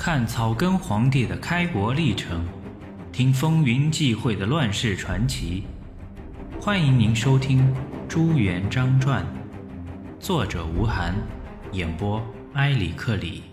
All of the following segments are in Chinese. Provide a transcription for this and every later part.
看草根皇帝的开国历程，听风云际会的乱世传奇。欢迎您收听《朱元璋传》，作者吴晗，演播埃里克里。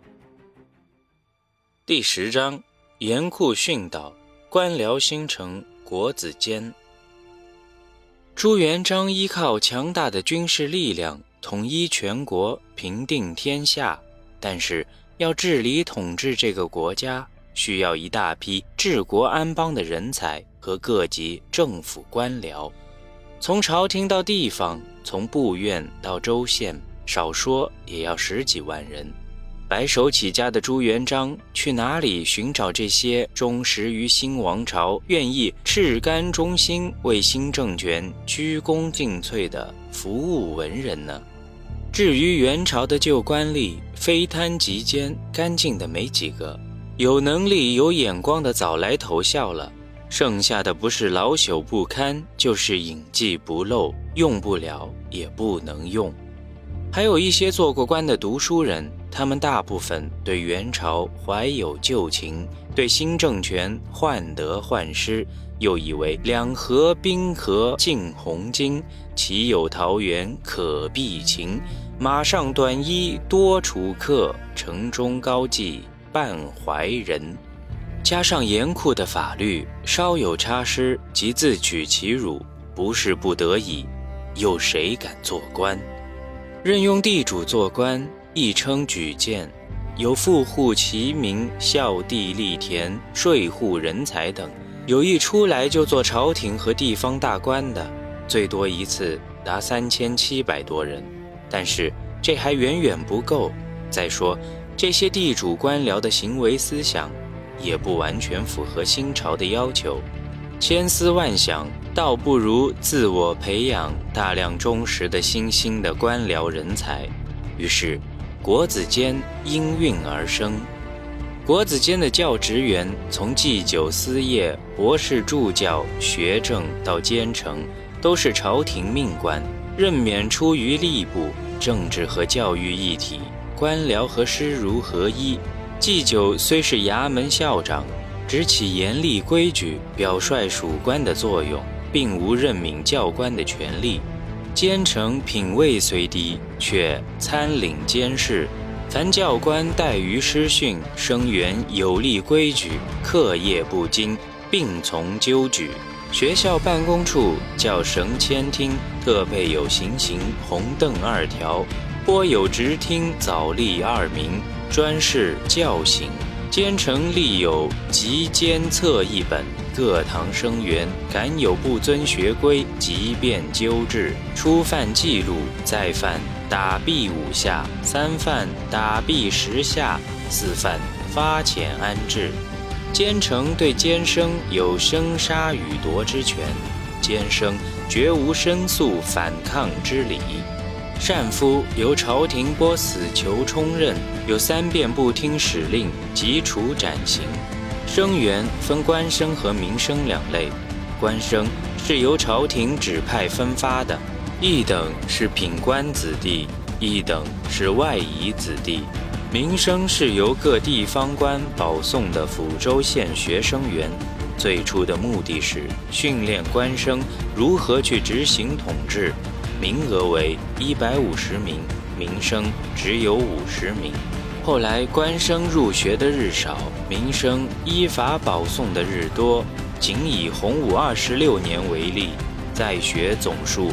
第10章，严酷训导，官僚新城国子监。朱元璋依靠强大的军事力量统一全国，平定天下，但是要治理统治这个国家，需要一大批治国安邦的人才和各级政府官僚。从朝廷到地方，从部院到州县，少说也要10几万人。白手起家的朱元璋去哪里寻找这些忠实于新王朝、愿意赤肝忠心为新政权鞠躬尽瘁的服务文人呢？至于元朝的旧官吏，非贪即奸，干净的没几个，有能力有眼光的早来投效了，剩下的不是老朽不堪，就是隐迹不露，用不了也不能用。还有一些做过官的读书人，他们大部分对元朝怀有旧情，对新政权患得患失，又以为两河冰河尽红巾，岂有桃源可避秦，马上短衣多楚客，城中高妓半怀人。加上严酷的法律，稍有差失即自取其辱，不是不得已，有谁敢做官？任用地主做官，亦称举荐，有富户齐民、孝弟立田、税户人才等，有一出来就做朝廷和地方大官的，最多一次达3700多人。但是这还远远不够，再说这些地主官僚的行为思想也不完全符合新朝的要求，千思万想，倒不如自我培养大量忠实的新兴的官僚人才。于是国子监应运而生。国子监的教职员从祭酒司业、博士助教、学政到监丞，都是朝廷命官，任免出于吏部，政治和教育一体，官僚和师儒合一。祭酒虽是衙门校长，只起严厉规矩、表率属官的作用，并无任命教官的权利。监丞品位虽低，却参领监事，凡教官怠于师训，生源有立规矩，课业不精，并从纠举。学校办公处教绳签厅，特配有行刑红凳2条，拨有直厅早立2名，专事教刑。监丞立有集监册1本，各堂生员敢有不遵学规，即便纠治，初犯记录，再犯打弊5下，3犯打弊10下，4犯发遣安置。监丞对监生有生杀予夺之权，监生绝无申诉反抗之理。善夫由朝廷拨死囚充任，有3遍不听使令，即处斩刑。生员分官生和民生2类，官生是由朝廷指派分发的，一等是品官子弟，一等是外夷子弟。民生是由各地方官保送的府州县学生员，最初的目的是训练官生如何去执行统治，名额为150名，民生只有50名。后来官生入学的日少，民生依法保送的日多，仅以洪武26年为例，在学总数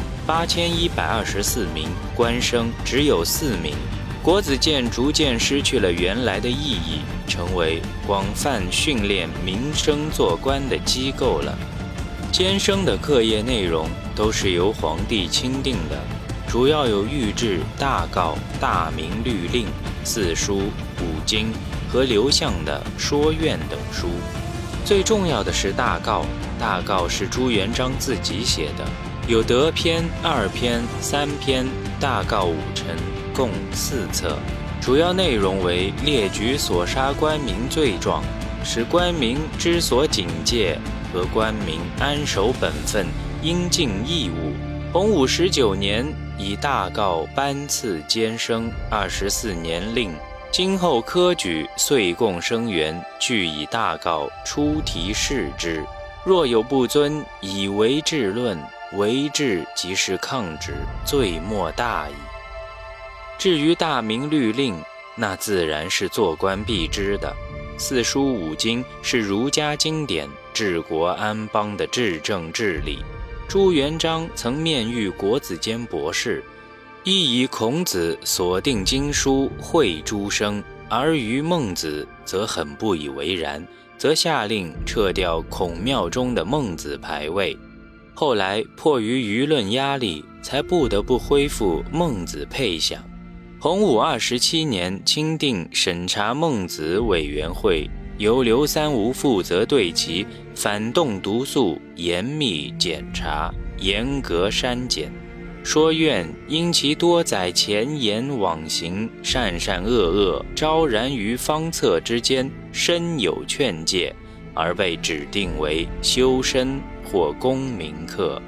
8124名，官生只有4名。国子监逐渐失去了原来的意义，成为广泛训练民生做官的机构了。监生的课业内容都是由皇帝钦定的，主要有御制、大诰、大明律令、四书、五经和刘向的说院等书。最重要的是大诰，大诰是朱元璋自己写的，有德篇、2篇、3篇，大诰5陈，共4册，主要内容为列举所杀官民罪状，使官民知所警戒，和官民安守本分，应尽义务。洪武19年以大诰颁赐监生，24年令今后科举岁贡生员，俱以大告出题试之。若有不遵，以为治论，为治即是抗旨，罪莫大矣。至于大明律令，那自然是做官必知的。四书五经是儒家经典，治国安邦的治政治理。朱元璋曾面遇国子监博士，亦以孔子所定经书诲诸生，而于孟子则很不以为然，则下令撤掉孔庙中的孟子牌位。后来迫于舆论压力，才不得不恢复孟子配享。洪武27年钦定审查孟子委员会，由刘三吴负责对其反动毒素严密检查，严格删减。说愿因其多载前言妄行，善善恶恶，昭然于方策之间，深有劝诫，而被指定为修身或功名客。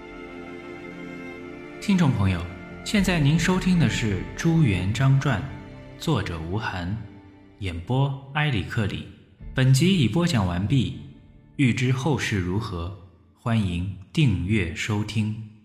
听众朋友，现在您收听的是《朱元璋传》，作者吴晗，演播埃里克里。本集已播讲完毕，欲知后事如何，欢迎订阅收听。